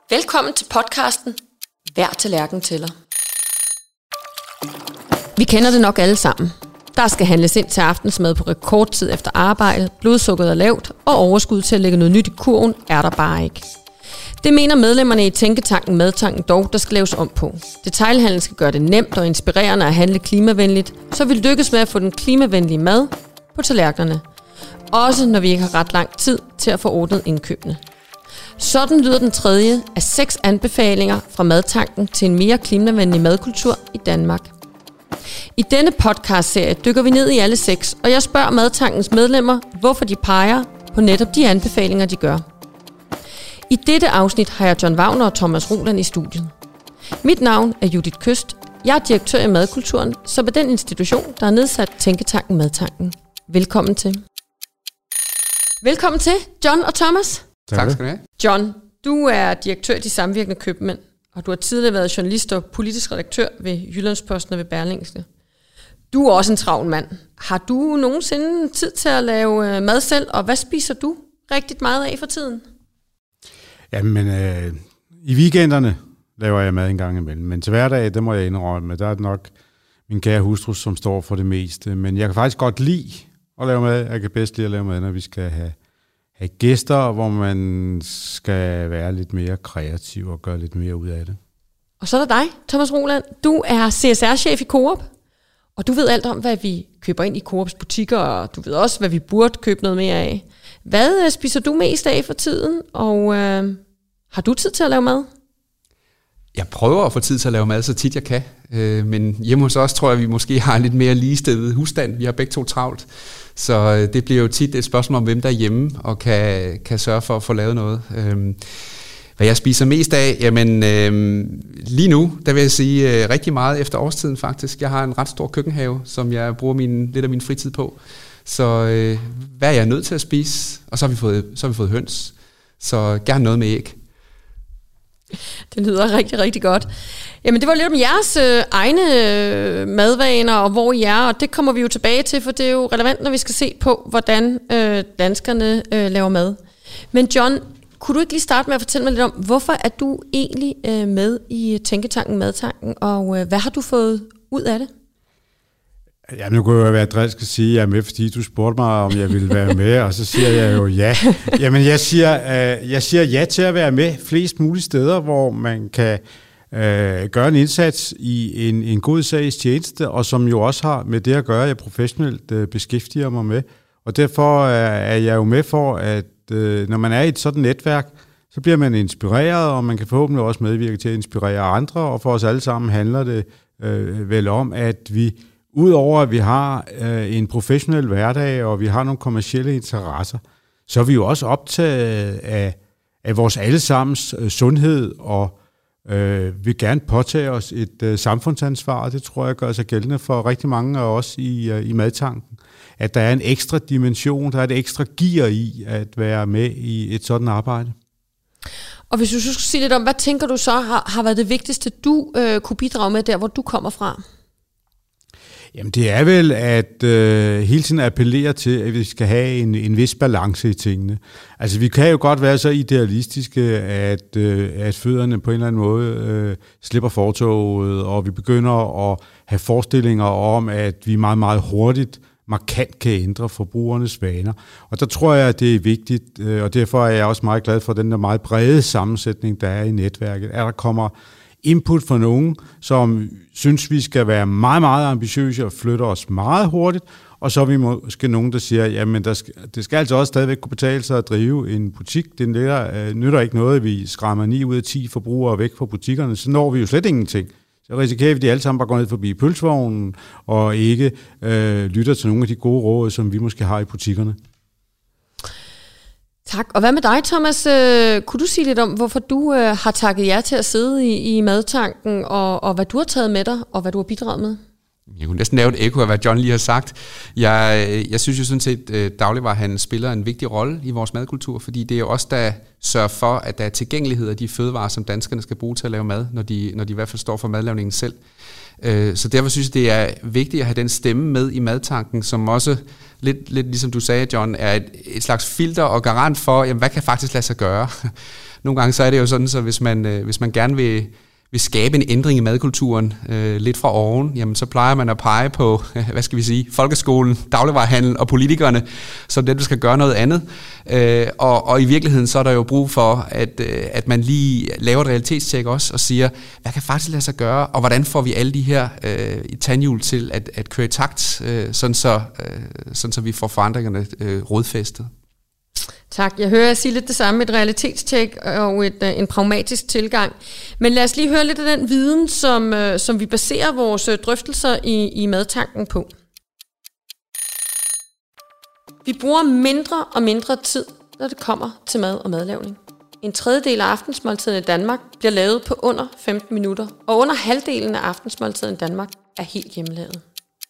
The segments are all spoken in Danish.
Velkommen til podcasten Hver tallerken tæller. Vi kender det nok alle sammen. Der skal handles ind til aftensmad på rekordtid efter arbejde, blodsukkeret er lavt, og overskud til at lægge noget nyt i kurven er der bare ikke. Det mener medlemmerne i Tænketanken Madtanken dog, der skal laves om på. Detailhandlen skal gøre det nemt og inspirerende at handle klimavenligt, så vi lykkes med at få den klimavenlige mad på tallerkenerne. Også når vi ikke har ret lang tid til at få ordnet indkøbene. Sådan lyder den tredje af 6 anbefalinger fra Madtanken til en mere klimavenlig madkultur i Danmark. I denne podcastserie dykker vi ned i alle 6, og jeg spørger Madtankens medlemmer, hvorfor de peger på netop de anbefalinger, de gør. I dette afsnit har jeg John Wagner og Thomas Roland i studiet. Mit navn er Judith Køst. Jeg er direktør i Madkulturen, som er den institution, der har nedsat Tænketanken Madtanken. Velkommen til. Velkommen til, John og Thomas. Tak skal du have. John, du er direktør i De Samvirkende Købmænd, og du har tidligere været journalist og politisk redaktør ved Jyllandsposten og ved Berlingske. Du er også en travl mand. Har du nogensinde tid til at lave mad selv, og hvad spiser du rigtig meget af for tiden? Jamen, i weekenderne laver jeg mad en gang imellem, men til hverdag, det må jeg indrømme, der er det nok min kære hustru, som står for det meste. Men jeg kan faktisk godt lide at lave mad. Jeg kan bedst lide at lave mad, når vi skal have gæster, hvor man skal være lidt mere kreativ og gøre lidt mere ud af det. Og så er der dig, Thomas Roland. Du er CSR-chef i Coop, og du ved alt om, hvad vi køber ind i Coops butikker, og du ved også, hvad vi burde købe noget mere af. Hvad spiser du mest af for tiden, og har du tid til at lave mad? Jeg prøver at få tid til at lave mad så tit jeg kan, men hjemme hos os tror jeg, vi måske har lidt mere ligestillet husstand. Vi har begge to travlt, så det bliver jo tit et spørgsmål om, hvem der er hjemme og kan sørge for at få lavet noget. Hvad jeg spiser mest af? Jamen, lige nu, der vil jeg sige rigtig meget efter årstiden faktisk. Jeg har en ret stor køkkenhave, som jeg bruger lidt af min fritid på. Så hvad er jeg nødt til at spise? Og så har vi fået høns, så gerne noget med æg. Det lyder rigtig, rigtig godt. Jamen, det var lidt om jeres egne madvaner, og hvor I er, og det kommer vi jo tilbage til, for det er jo relevant, når vi skal se på, hvordan danskerne laver mad. Men John, kunne du ikke lige starte med at fortælle mig lidt om, hvorfor er du egentlig med i Tænketanken Madtanken, og hvad har du fået ud af det? Jamen, nu kunne jeg være drilsk at sige, at jeg er med, fordi du spurgte mig, om jeg ville være med, og så siger jeg jo ja. Jamen, jeg siger ja til at være med flest mulige steder, hvor man kan gøre en indsats i en god sags tjeneste, og som jo også har med det at gøre, jeg professionelt beskæftiger mig med. Og derfor er jeg jo med for, at når man er i et sådan netværk, så bliver man inspireret, og man kan forhåbentlig også medvirke til at inspirere andre, og for os alle sammen handler det vel om, at vi udover at vi har en professionel hverdag, og vi har nogle kommercielle interesser, så er vi jo også optaget af vores allesammens sundhed, og vil gerne påtage os et samfundsansvar, og det tror jeg gør sig gældende for rigtig mange af os i Madtanken. At der er en ekstra dimension, der er et ekstra gear i at være med i et sådan arbejde. Og hvis du skulle sige lidt om, hvad tænker du så har været det vigtigste, du kunne bidrage med der, hvor du kommer fra? Jamen det er vel at hele tiden appellere til, at vi skal have en vis balance i tingene. Altså vi kan jo godt være så idealistiske, at fødderne på en eller anden måde slipper fortoget, og vi begynder at have forestillinger om, at vi meget, meget hurtigt, markant kan ændre forbrugernes vaner. Og der tror jeg, at det er vigtigt, og derfor er jeg også meget glad for den der meget brede sammensætning, der er i netværket, at der kommer input fra nogen, som synes, vi skal være meget, meget ambitiøse og flytte os meget hurtigt, og så er vi måske nogen, der siger, jamen det skal altså også stadigvæk kunne betale sig at drive en butik. Det nytter ikke noget, at vi skræmmer 9 ud af 10 forbrugere væk fra butikkerne, så når vi jo slet ingenting. Så risikerer vi, at de alle sammen bare går ned forbi pølsevognen, og ikke lytter til nogle af de gode råd, som vi måske har i butikkerne. Tak. Og hvad med dig, Thomas? Kunne du sige lidt om, hvorfor du har takket jer til at sidde i Madtanken, og hvad du har taget med dig, og hvad du har bidraget med? Jeg kunne næsten lave et ekko af, hvad John lige har sagt. Jeg synes jo sådan set, at dagligvarehandel spiller en vigtig rolle i vores madkultur, fordi det er jo os, der sørger for, at der er tilgængelighed af de fødevarer, som danskerne skal bruge til at lave mad, når de i hvert fald står for madlavningen selv. Så derfor synes jeg, det er vigtigt at have den stemme med i madtanken, som også, lidt ligesom du sagde, John, er et slags filter og garant for, jamen, hvad kan faktisk lade sig gøre. Nogle gange så er det jo sådan, så hvis man gerne vil skabe en ændring i madkulturen lidt fra oven, jamen så plejer man at pege på, folkeskolen, dagligvarehandel og politikerne, som dem, der skal gøre noget andet. Og i virkeligheden så er der jo brug for, at man lige laver et realitetstjek også og siger, hvad kan faktisk lade sig gøre, og hvordan får vi alle de her tandhjul til at køre i takt, sådan så vi får forandringerne rodfæstet. Tak. Jeg hører sige lidt det samme, et realitetstjek og en pragmatisk tilgang. Men lad os lige høre lidt af den viden, som vi baserer vores drøftelser i madtanken på. Vi bruger mindre og mindre tid, når det kommer til mad og madlavning. En tredjedel af aftensmåltiden i Danmark bliver lavet på under 15 minutter, og under halvdelen af aftensmåltiden i Danmark er helt hjemmelavet.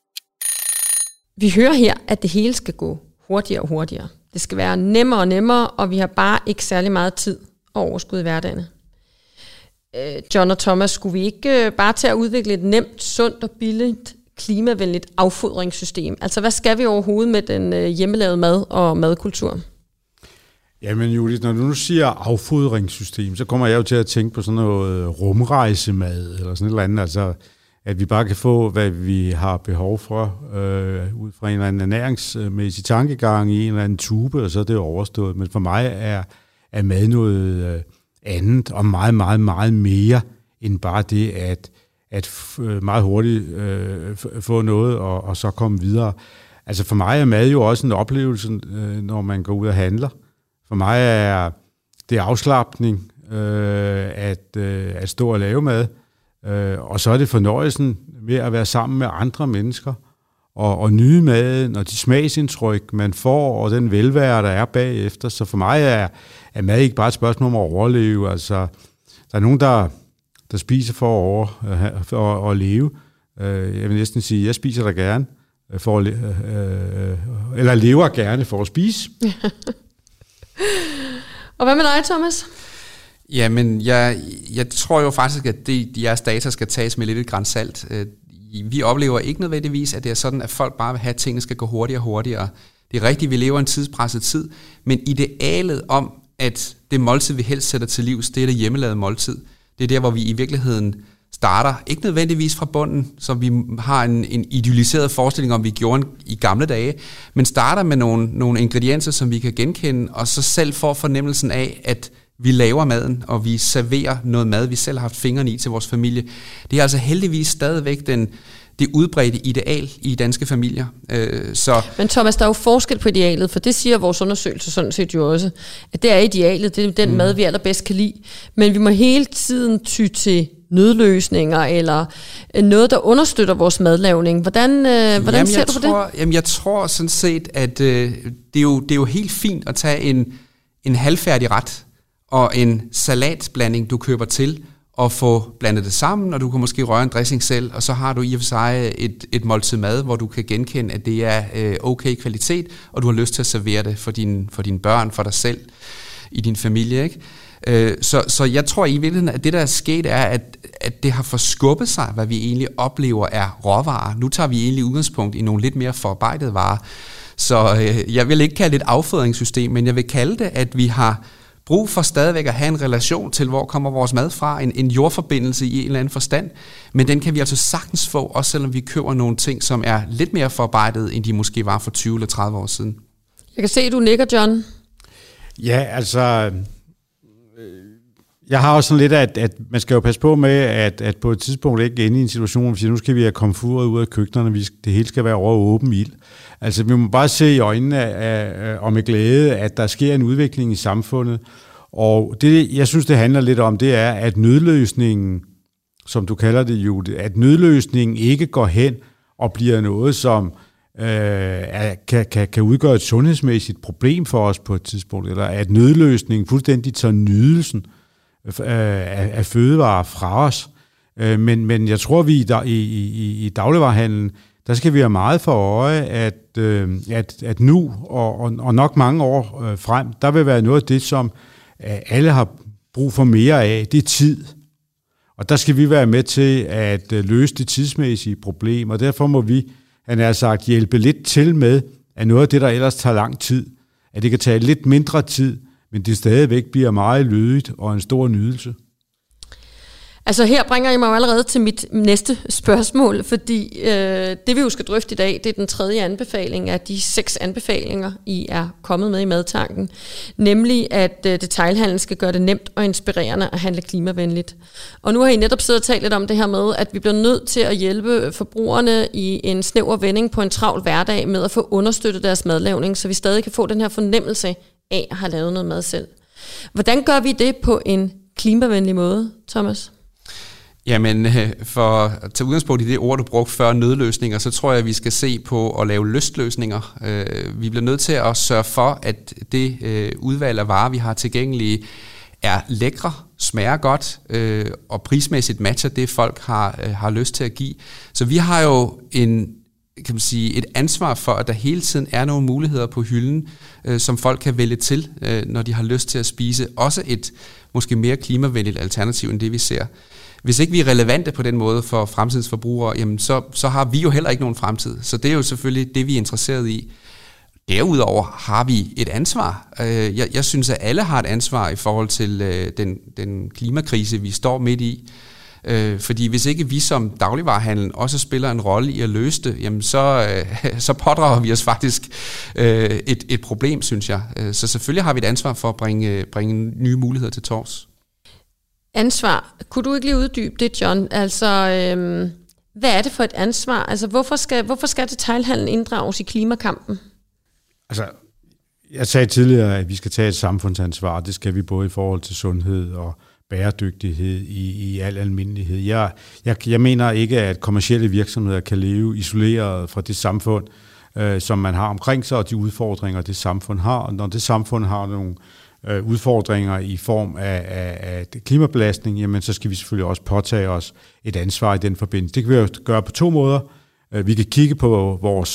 Vi hører her, at det hele skal gå hurtigere og hurtigere. Det skal være nemmere og nemmere, og vi har bare ikke særlig meget tid og overskud i hverdagen. John og Thomas, skulle vi ikke bare til at udvikle et nemt, sundt og billigt, klimavenligt affodringssystem? Altså, hvad skal vi overhovedet med den hjemmelavede mad og madkultur? Jamen Julie, når du nu siger affodringssystem, så kommer jeg jo til at tænke på sådan noget rumrejsemad, eller sådan et eller andet, altså at vi bare kan få, hvad vi har behov for, ud fra en eller anden ernæringsmæssig tankegang i en eller anden tube, og så er det overstået. Men for mig er mad noget andet, og meget, meget, meget mere, end bare det at meget hurtigt få noget, og så komme videre. Altså for mig er mad jo også en oplevelse, når man går ud og handler. For mig er det afslapning at stå og lave mad, og så er det fornøjelsen med at være sammen med andre mennesker og nyde maden og de smagsindtryk, man får, og den velvære, der er bagefter. Så for mig er mad ikke bare et spørgsmål om at overleve. Altså, der er nogen, der spiser for at leve. Jeg vil næsten sige, at jeg spiser da gerne, eller lever gerne for at spise. Og hvad med dig, Thomas? Jamen, jeg tror jo faktisk, at jeres data skal tages med lidt et gran salt. Vi oplever ikke nødvendigvis, at det er sådan, at folk bare vil have, at tingene skal gå hurtigere og hurtigere. Det er rigtigt, vi lever en tidspresset tid, men idealet om, at det måltid, vi helst sætter til livs, det er det hjemmelavede måltid. Det er der, hvor vi i virkeligheden starter, ikke nødvendigvis fra bunden, så vi har en idealiseret forestilling om, vi gjorde i gamle dage, men starter med nogle ingredienser, som vi kan genkende, og så selv får fornemmelsen af, at vi laver maden, og vi serverer noget mad, vi selv har haft fingrene i til vores familie. Det er altså heldigvis stadigvæk det udbredte ideal i danske familier. Men Thomas, der er jo forskel på idealet, for det siger vores undersøgelse sådan set jo også, at det er idealet, det er den mad, vi allerbedst kan lide. Men vi må hele tiden ty til nødløsninger, eller noget, der understøtter vores madlavning. Hvordan ser du på det? Jamen, jeg tror sådan set, at det er jo helt fint at tage en halvfærdig ret, og en salatblanding, du køber til, og få blandet det sammen, og du kan måske røre en dressing selv, og så har du i og for sig et måltid mad, hvor du kan genkende, at det er okay kvalitet, og du har lyst til at servere det for dine børn, for dig selv, i din familie, ikke? Så jeg tror i virkeligheden, at det der er sket er, at det har forskubbet sig, hvad vi egentlig oplever er råvarer. Nu tager vi egentlig udgangspunkt i nogle lidt mere forarbejdede varer. Så jeg vil ikke kalde det et affodringssystem, men jeg vil kalde det, at vi har brug for stadigvæk at have en relation til, hvor kommer vores mad fra, en jordforbindelse i en eller anden forstand, men den kan vi altså sagtens få, også selvom vi køber nogle ting, som er lidt mere forarbejdet, end de måske var for 20 eller 30 år siden. Jeg kan se, at du nikker, John. Ja, altså, jeg har også sådan lidt, at man skal jo passe på med, at på et tidspunkt ikke ende i en situation, hvor vi siger, nu skal vi have komfuret ud af køkkenerne, det hele skal være over åben ild. Altså, vi må bare se i øjnene og med glæde, at der sker en udvikling i samfundet. Og det, jeg synes, det handler lidt om, det er, at nødløsningen, som du kalder det, Julie, at nødløsningen ikke går hen og bliver noget, som kan udgøre et sundhedsmæssigt problem for os på et tidspunkt, eller at nødløsningen fuldstændig tager nydelsen af fødevarer fra os. Men jeg tror, vi i dagligvarehandlen, der skal vi have meget for øje, at nu og nok mange år frem, der vil være noget af det, som alle har brug for mere af, det er tid. Og der skal vi være med til at løse det tidsmæssige problem, og derfor må vi, han har sagt, hjælpe lidt til med, at noget af det, der ellers tager lang tid, at det kan tage lidt mindre tid, men det stadigvæk bliver meget lødigt og en stor nydelse. Altså her bringer jeg mig jo allerede til mit næste spørgsmål, fordi det vi jo skal drøfte i dag, det er den 3. anbefaling af de 6 anbefalinger, I er kommet med i madtanken. Nemlig at detailhandlen skal gøre det nemt og inspirerende at handle klimavenligt. Og nu har I netop siddet og talt lidt om det her med, at vi bliver nødt til at hjælpe forbrugerne i en snæver vending på en travl hverdag med at få understøttet deres madlavning, så vi stadig kan få den her fornemmelse af at have lavet noget mad selv. Hvordan gør vi det på en klimavenlig måde, Thomas? Jamen, for at tage udgangspunkt i det ord, du brugte før, nødløsninger, så tror jeg, at vi skal se på at lave lystløsninger. Vi bliver nødt til at sørge for, at det udvalg af varer, vi har tilgængelige, er lækre, smager godt og prismæssigt matcher det, folk har lyst til at give. Så vi har jo et ansvar for, at der hele tiden er nogle muligheder på hylden, som folk kan vælge til, når de har lyst til at spise. Også et måske mere klimavenligt alternativ end det, vi ser. Hvis ikke vi er relevante på den måde for fremtidens forbrugere, jamen så har vi jo heller ikke nogen fremtid. Så det er jo selvfølgelig det, vi er interesseret i. Derudover har vi et ansvar. Jeg synes, at alle har et ansvar i forhold til den klimakrise, vi står midt i. Fordi hvis ikke vi som dagligvarehandel også spiller en rolle i at løse det, jamen så pådrager vi os faktisk et problem, synes jeg. Så selvfølgelig har vi et ansvar for at bringe nye muligheder til torvs. Ansvar. Kunne du ikke lige uddybe det, John? Altså, hvad er det for et ansvar? Altså, hvorfor skal detailhandlen inddrages i klimakampen? Altså, jeg sagde tidligere, at vi skal tage et samfundsansvar. Det skal vi både i forhold til sundhed og bæredygtighed i al almindelighed. Jeg mener ikke, at kommercielle virksomheder kan leve isoleret fra det samfund, som man har omkring sig, og de udfordringer, det samfund har. Og når det samfund har nogle udfordringer i form af klimabelastning, jamen så skal vi selvfølgelig også påtage os et ansvar i den forbindelse. Det kan vi jo gøre på 2 måder. Vi kan kigge på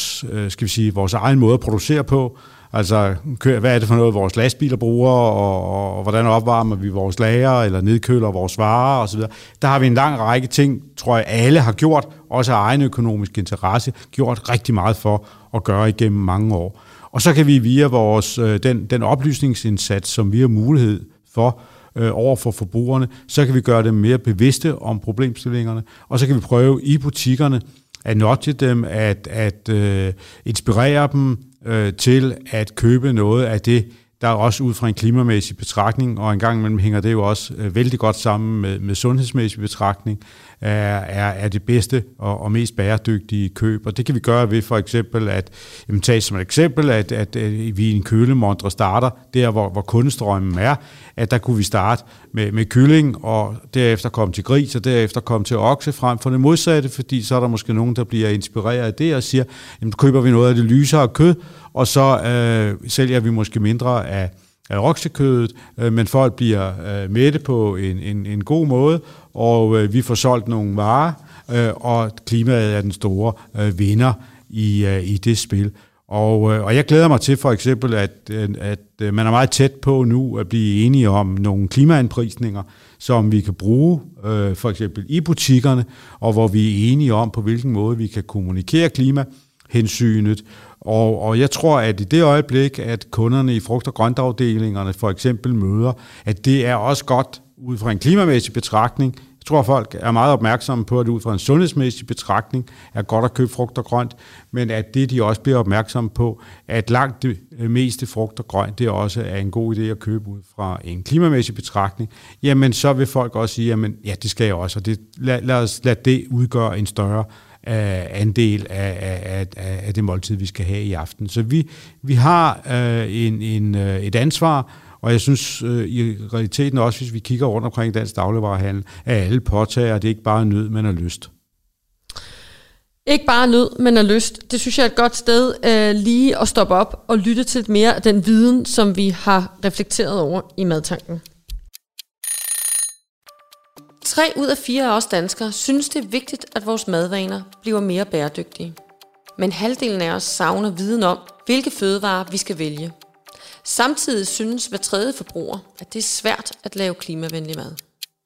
vores egen måde at producere på. Altså, hvad er det for noget, vores lastbiler bruger, og hvordan opvarmer vi vores lager, eller nedkøler vores varer osv. Der har vi en lang række ting, tror jeg, alle har gjort, også af egen økonomisk interesse, gjort rigtig meget for at gøre igennem mange år. Og så kan vi via vores den oplysningsindsats, som vi har mulighed for over for forbrugerne, så kan vi gøre dem mere bevidste om problemstillingerne, og så kan vi prøve i butikkerne at nudge dem, at inspirere dem til at købe noget af det, der er også ud fra en klimamæssig betragtning, og en gang imellem hænger det jo også vældig godt sammen med sundhedsmæssig betragtning, er det bedste og mest bæredygtige køb. Og det kan vi gøre ved for eksempel at tage som et eksempel, at vi i en kølemontre starter der, hvor kundestrømmen er, at der kunne vi starte med kylling, og derefter komme til gris, og derefter komme til okse, frem for det modsatte, fordi så er der måske nogen, der bliver inspireret af det og siger, jamen køber vi noget af det lysere kød, og så sælger vi måske mindre af oksekødet, men folk bliver mætte på en god måde, og vi får solgt nogle varer, og klimaet er den store vinder i det spil. Og jeg glæder mig til for eksempel, at man er meget tæt på nu at blive enige om nogle klimaanprisninger, som vi kan bruge for eksempel i butikkerne, og hvor vi er enige om, på hvilken måde vi kan kommunikere klimahensynet. Og jeg tror, at i det øjeblik, at kunderne i frugt- og grøntafdelingerne for eksempel møder, at det er også godt ud fra en klimamæssig betragtning. Jeg tror, at folk er meget opmærksomme på, at det ud fra en sundhedsmæssig betragtning er godt at købe frugt og grønt, men at det, de også bliver opmærksomme på, at langt det meste frugt og grønt, det også er en god idé at købe ud fra en klimamæssig betragtning, jamen så vil folk også sige, jamen ja, det skal jeg også, og lad os lade det udgøre en større andel af det måltid, vi skal have i aften. Så vi har et ansvar, og jeg synes i realiteten også, hvis vi kigger rundt omkring dansk dagligvarehandel, at alle påtager, det ikke bare er nød, men er lyst. Ikke bare nød, men er lyst. Det synes jeg er et godt sted lige at stoppe op og lytte til mere af den viden, som vi har reflekteret over i madtanken. 3 ud af 4 af os danskere synes, det er vigtigt, at vores madvaner bliver mere bæredygtige. Men halvdelen af os savner viden om, hvilke fødevarer vi skal vælge. Samtidig synes hver tredje forbruger, at det er svært at lave klimavenlig mad.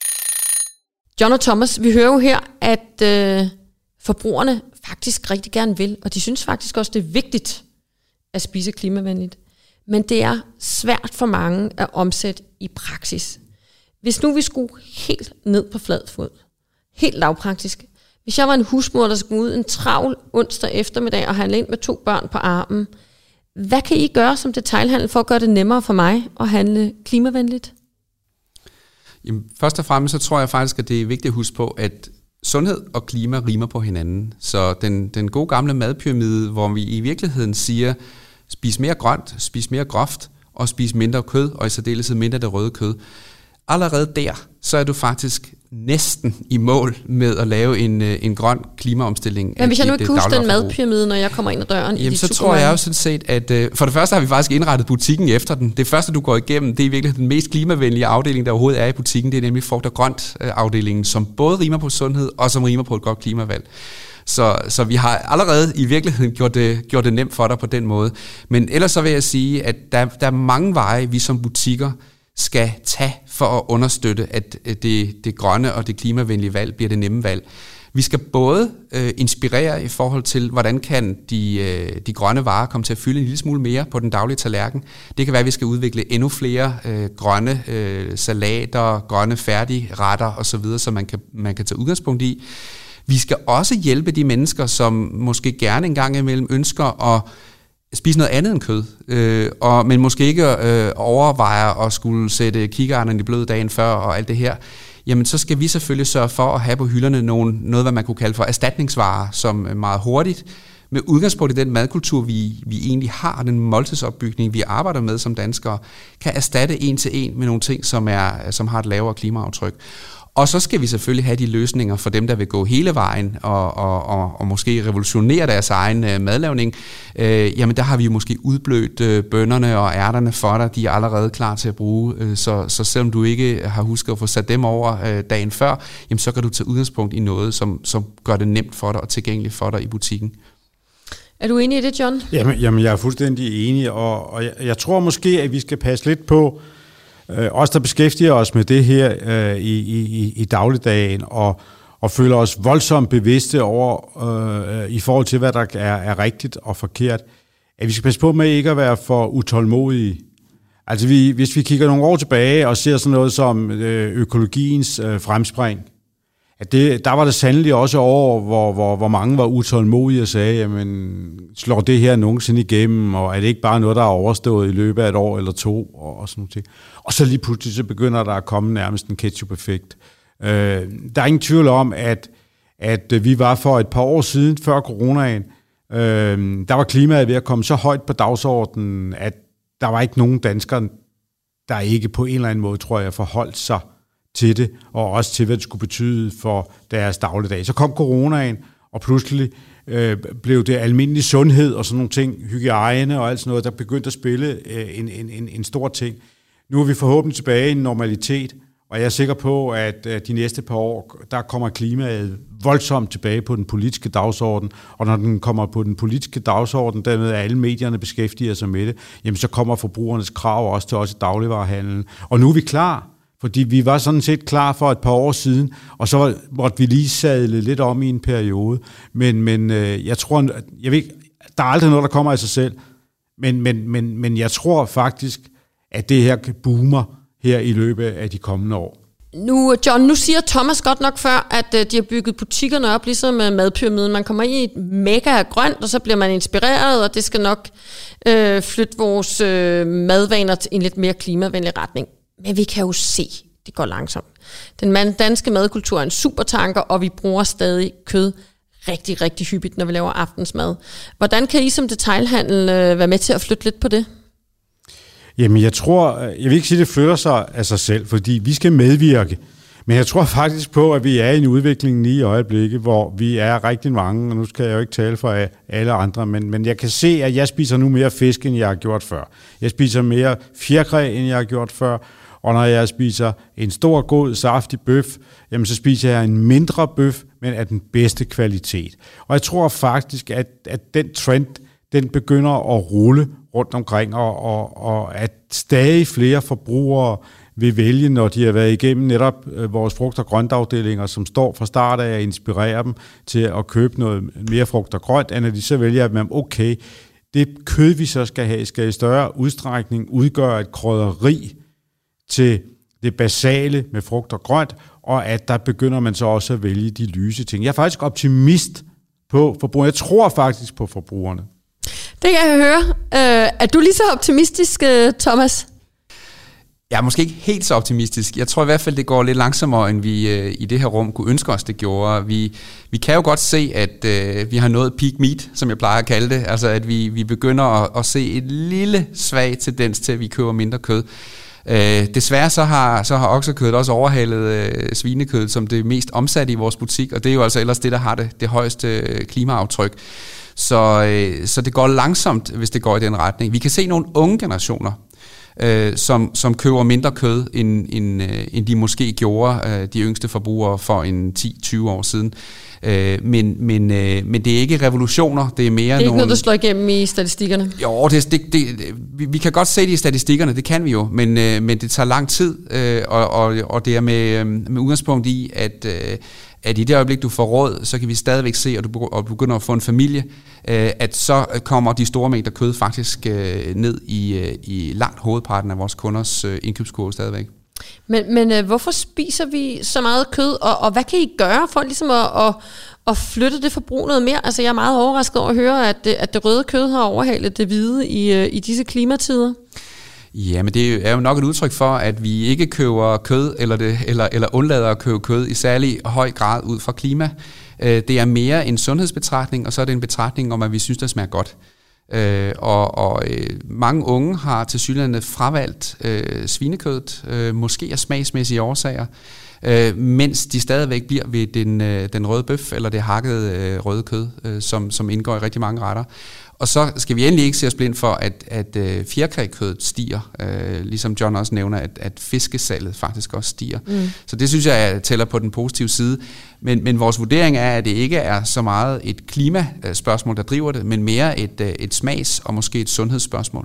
John og Thomas, vi hører jo her, at forbrugerne faktisk rigtig gerne vil, og de synes faktisk også, det er vigtigt at spise klimavenligt. Men det er svært for mange at omsætte i praksis. Hvis nu vi skulle helt ned på flad fod, helt lavpraktisk. Hvis jeg var en husmor, der skulle ud en travl onsdag eftermiddag og handle ind med 2 børn på armen, hvad kan I gøre som detailhandel for at gøre det nemmere for mig at handle klimavenligt? Jamen, først og fremmest så tror jeg faktisk, at det er vigtigt at huske på, at sundhed og klima rimer på hinanden. Så den gode gamle madpyramide, hvor vi i virkeligheden siger, spis mere grønt, spis mere groft og spis mindre kød, og i særdeleshed mindre det røde kød. Allerede der, så er du faktisk næsten i mål med at lave en grøn klimaomstilling. Men hvis jeg nu ikke husker den madpyramide, når jeg kommer ind ad døren i dit så tror jeg jo sådan set, at for det første har vi faktisk indrettet butikken efter den. Det første, du går igennem, det er virkelig den mest klimavenlige afdeling, der overhovedet er i butikken. Det er nemlig frugt- og grønt afdelingen, som både rimer på sundhed og som rimer på et godt klimavalg. Så vi har allerede i virkeligheden gjort det nemt for dig på den måde. Men ellers så vil jeg sige, at der er mange veje, vi som butikker skal tage for at understøtte, at det grønne og det klimavenlige valg bliver det nemme valg. Vi skal både inspirere i forhold til, hvordan kan de grønne varer komme til at fylde en lille smule mere på den daglige tallerken. Det kan være, at vi skal udvikle endnu flere grønne salater, grønne færdigretter osv., som man kan tage udgangspunkt i. Vi skal også hjælpe de mennesker, som måske gerne en gang imellem ønsker at spise noget andet end kød, men måske ikke overvejer at skulle sætte kikærterne i blød dagen før og alt det her. Jamen så skal vi selvfølgelig sørge for at have på hylderne noget, hvad man kunne kalde for erstatningsvarer, som meget hurtigt, med udgangspunkt i den madkultur, vi egentlig har, og den måltidsopbygning, vi arbejder med som danskere, kan erstatte en til en med nogle ting, som har et lavere klimaaftryk. Og så skal vi selvfølgelig have de løsninger for dem, der vil gå hele vejen og måske revolutionere deres egen madlavning. Jamen der har vi jo måske udblødt bønnerne og ærterne for dig. De er allerede klar til at bruge. Så selvom du ikke har husket at få sat dem over dagen før, jamen så kan du tage udgangspunkt i noget, som gør det nemt for dig og tilgængeligt for dig i butikken. Er du enig i det, John? Jamen jeg er fuldstændig enig, og jeg tror måske, at vi skal passe lidt på, os, der beskæftiger os med det her i dagligdagen, og føler os voldsomt bevidste over, i forhold til, hvad der er rigtigt og forkert, at vi skal passe på med ikke at være for utålmodige. Altså hvis vi kigger nogle år tilbage og ser sådan noget som økologiens fremspring, at der var det sandelig også år, hvor mange var utålmodige og sagde, jamen slår det her nogensinde igennem, og er det ikke bare noget, der er overstået i løbet af et år eller 2, og sådan noget. Og så lige pludselig så begynder der at komme nærmest en ketchup-effekt. Der er ingen tvivl om, at vi var for et par år siden, før coronaen, der var klimaet ved at komme så højt på dagsordenen, at der var ikke nogen danskere, der ikke på en eller anden måde, tror jeg, forholdt sig til det, og også til, hvad det skulle betyde for deres dagligdag. Så kom coronaen, og pludselig blev det almindelig sundhed og sådan nogle ting, hygiejne og alt sådan noget, der begyndte at spille en stor ting. Nu er vi forhåbentlig tilbage i en normalitet, og jeg er sikker på, at de næste par år, der kommer klimaet voldsomt tilbage på den politiske dagsorden, og når den kommer på den politiske dagsorden, dermed alle medierne beskæftiger sig med det, jamen så kommer forbrugernes krav også til os i dagligvarehandlen. Og nu er vi klar. Fordi vi var sådan set klar for et par år siden, og så måtte vi lige sadle lidt om i en periode. Men jeg tror, jeg ved ikke, der er aldrig noget, der kommer af sig selv. Men jeg tror faktisk, at det her boomer her i løbet af de kommende år. John, nu siger Thomas godt nok før, at de har bygget butikkerne op, ligesom med madpyramiden. Man kommer i et mega af grønt, og så bliver man inspireret, og det skal nok flytte vores madvaner til en lidt mere klimavenlig retning. Men vi kan jo se, det går langsomt. Den danske madkultur er en supertanker, og vi bruger stadig kød rigtig, rigtig hyppigt, når vi laver aftensmad. Hvordan kan I som detailhandel være med til at flytte lidt på det? Jamen jeg vil ikke sige, at det flytter sig af sig selv, fordi vi skal medvirke. Men jeg tror faktisk på, at vi er i en udvikling lige i øjeblikket, hvor vi er rigtig mange, og nu skal jeg jo ikke tale for alle andre, men jeg kan se, at jeg spiser nu mere fisk, end jeg har gjort før. Jeg spiser mere fjerkræ, end jeg har gjort før, Og når jeg spiser en stor, god, saftig bøf, jamen så spiser jeg en mindre bøf, men af den bedste kvalitet. Og jeg tror faktisk, at den trend, den begynder at rulle rundt omkring, og at stadig flere forbrugere vil vælge, når de har været igennem netop vores frugt- og grøntafdelinger, som står fra start af at inspirere dem til at købe noget mere frugt og grønt, end at de så vælger, at man, okay, det kød, vi så skal have, skal i større udstrækning udgøre et krydderi til det basale med frugt og grønt, og at der begynder man så også at vælge de lyse ting. Jeg er faktisk optimist på forbrugerne. Jeg tror faktisk på forbrugerne. Det kan jeg høre. Er du lige så optimistisk, Thomas? Jeg er måske ikke helt så optimistisk. Jeg tror i hvert fald, det går lidt langsommere, end vi i det her rum kunne ønske os, det gjorde. Vi kan jo godt se, at vi har nået peak meat, som jeg plejer at kalde det. Altså, at vi begynder at se et lille svag tendens til, at vi køber mindre kød. Desværre så har oksekødet også overhalet svinekødet som det mest omsatte i vores butik, og det er jo altså ellers det, der har det højeste klimaaftryk. Så det går langsomt, hvis det går i den retning. Vi kan se nogle unge generationer, som køber mindre kød, end de måske gjorde, de yngste forbrugere for en 10-20 år siden. Men det er ikke revolutioner, det er mere det er ikke noget, der slår igennem i statistikkerne? Jo, vi kan godt se det i statistikkerne, det kan vi jo, men det tager lang tid, og det er med udgangspunkt i, at i det øjeblik, du får råd, så kan vi stadigvæk se, at du begynder at få en familie, at så kommer de store mængder kød faktisk ned i langt hovedparten af vores kunders indkøbskurve stadigvæk. Men hvorfor spiser vi så meget kød, og hvad kan I gøre for ligesom at flytte det forbrug noget mere? Altså jeg er meget overrasket over at høre, at det røde kød har overhalet det hvide i disse klimatider. Ja, men det er jo nok et udtryk for, at vi ikke køber kød, eller undlader at købe kød i særlig høj grad ud fra klima. Det er mere en sundhedsbetragtning, og så er det en betragtning om, at vi synes, det smager godt. Mange unge har tilsyneladende fravalgt svinekødet, måske af smagsmæssige årsager, mens de stadigvæk bliver ved den røde bøf, eller det hakkede røde kød, som indgår i rigtig mange retter. Og så skal vi endelig ikke se os blind for, at fjerkrækødet stiger, ligesom John også nævner, at fiskesalget faktisk også stiger. Så det synes jeg tæller på den positive side. Men vores vurdering er, at det ikke er så meget et klimaspørgsmål, der driver det, men mere et smags- og måske et sundhedsspørgsmål.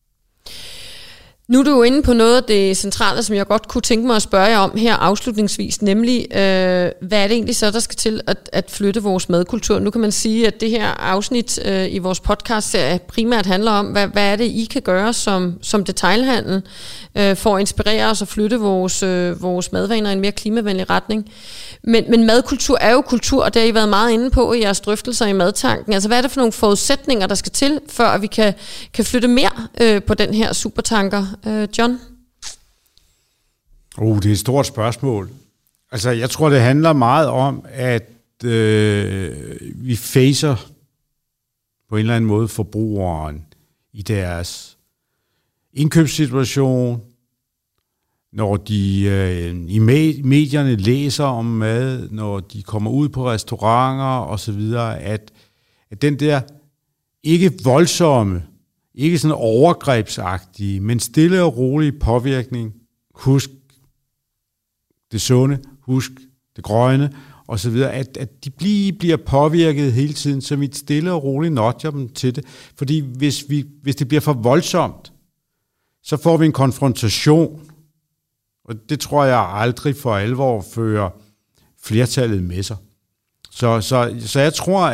Nu er du jo inde på noget af det centrale, som jeg godt kunne tænke mig at spørge jer om her afslutningsvis, nemlig hvad er det egentlig så, der skal til at flytte vores madkultur? Nu kan man sige, at det her afsnit i vores podcast-serie primært handler om, hvad er det, I kan gøre som detailhandel for at inspirere os og flytte vores madvaner i en mere klimavenlig retning. Men madkultur er jo kultur, og det har I været meget inde på i jeres drøftelser i Madtanken. Altså hvad er det for nogle forudsætninger, der skal til, før at vi kan flytte mere på den her supertanker? John? Det er et stort spørgsmål. Altså, jeg tror, det handler meget om, at vi facer på en eller anden måde forbrugeren i deres indkøbssituation, når de i medierne læser om mad, når de kommer ud på restauranter osv., at den der ikke voldsomme, ikke sådan overgrebsagtige, men stille og rolig påvirkning. Husk det sunde, husk det grønne, og så videre, at de bliver påvirket hele tiden, så vi stille og roligt nudger dem til det. Fordi hvis det bliver for voldsomt, så får vi en konfrontation, og det tror jeg aldrig for alvor fører flertallet med sig. Så jeg tror,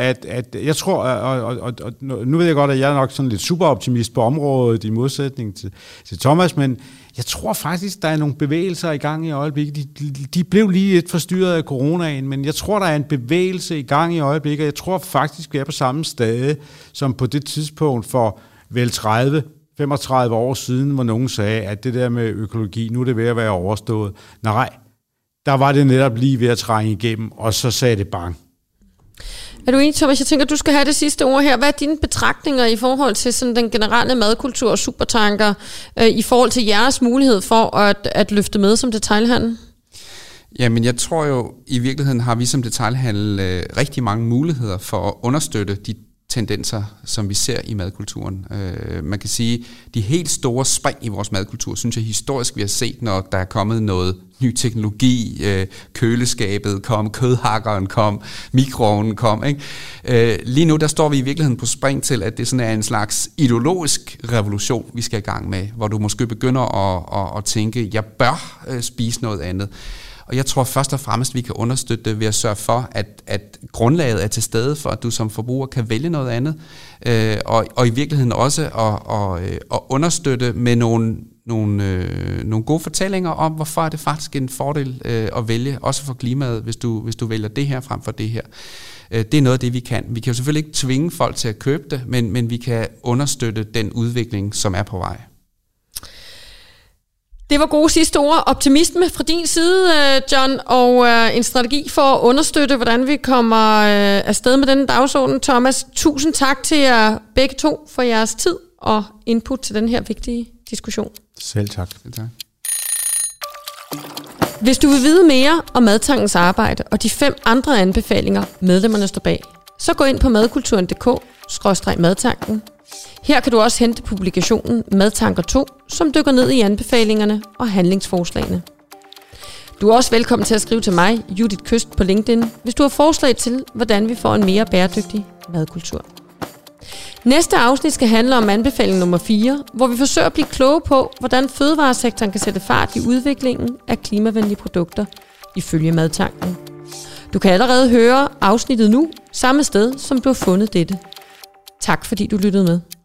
og nu ved jeg godt, at jeg er nok sådan lidt superoptimist på området i modsætning til Thomas, men jeg tror faktisk, der er nogle bevægelser i gang i øjeblikket. De blev lige lidt forstyrret af coronaen, men jeg tror, der er en bevægelse i gang i øjeblikket. Jeg tror faktisk, vi er på samme sted, som på det tidspunkt for vel 35 år siden, hvor nogen sagde, at det der med økologi, nu er det ved at være overstået. Nej, der var det netop lige ved at trænge igennem, og så sagde det bang. Er du enig, Thomas? Jeg tænker, du skal have det sidste ord her. Hvad er dine betragtninger i forhold til sådan den generelle madkultur og supertanker, i forhold til jeres mulighed for at løfte med som detailhandel? Jamen, jeg tror jo, i virkeligheden har vi som detailhandel rigtig mange muligheder for at understøtte tendenser, som vi ser i madkulturen. Man kan sige, de helt store spring i vores madkultur, synes jeg historisk, vi har set, når der er kommet noget ny teknologi, køleskabet kom, kødhakkeren kom, mikroovnen kom. Ikke? Lige nu, der står vi i virkeligheden på spring til, at det sådan er en slags ideologisk revolution, vi skal i gang med, hvor du måske begynder at tænke, jeg bør spise noget andet. Og jeg tror først og fremmest, vi kan understøtte det ved at sørge for, at grundlaget er til stede for, at du som forbruger kan vælge noget andet. Og i virkeligheden også at understøtte med nogle gode fortællinger om, hvorfor er det faktisk en fordel at vælge, også for klimaet, hvis du vælger det her frem for det her. Det er noget af det, vi kan. Vi kan jo selvfølgelig ikke tvinge folk til at købe det, men vi kan understøtte den udvikling, som er på vej. Det var gode sidste ord. Optimisme fra din side, John, og en strategi for at understøtte, hvordan vi kommer afsted med denne dagsorden. Thomas, tusind tak til jer begge to for jeres tid og input til den her vigtige diskussion. Selv tak. Hvis du vil vide mere om Madtankens arbejde og de 5 andre anbefalinger, medlemmerne står bag, så gå ind på madkulturen.dk/madtanken. Her kan du også hente publikationen Madtanker 2, som dykker ned i anbefalingerne og handlingsforslagene. Du er også velkommen til at skrive til mig, Judith Køst, på LinkedIn, hvis du har forslag til, hvordan vi får en mere bæredygtig madkultur. Næste afsnit skal handle om anbefaling nummer 4, hvor vi forsøger at blive kloge på, hvordan fødevaresektoren kan sætte fart i udviklingen af klimavenlige produkter ifølge Madtanken. Du kan allerede høre afsnittet nu, samme sted som du har fundet dette. Tak fordi du lyttede med.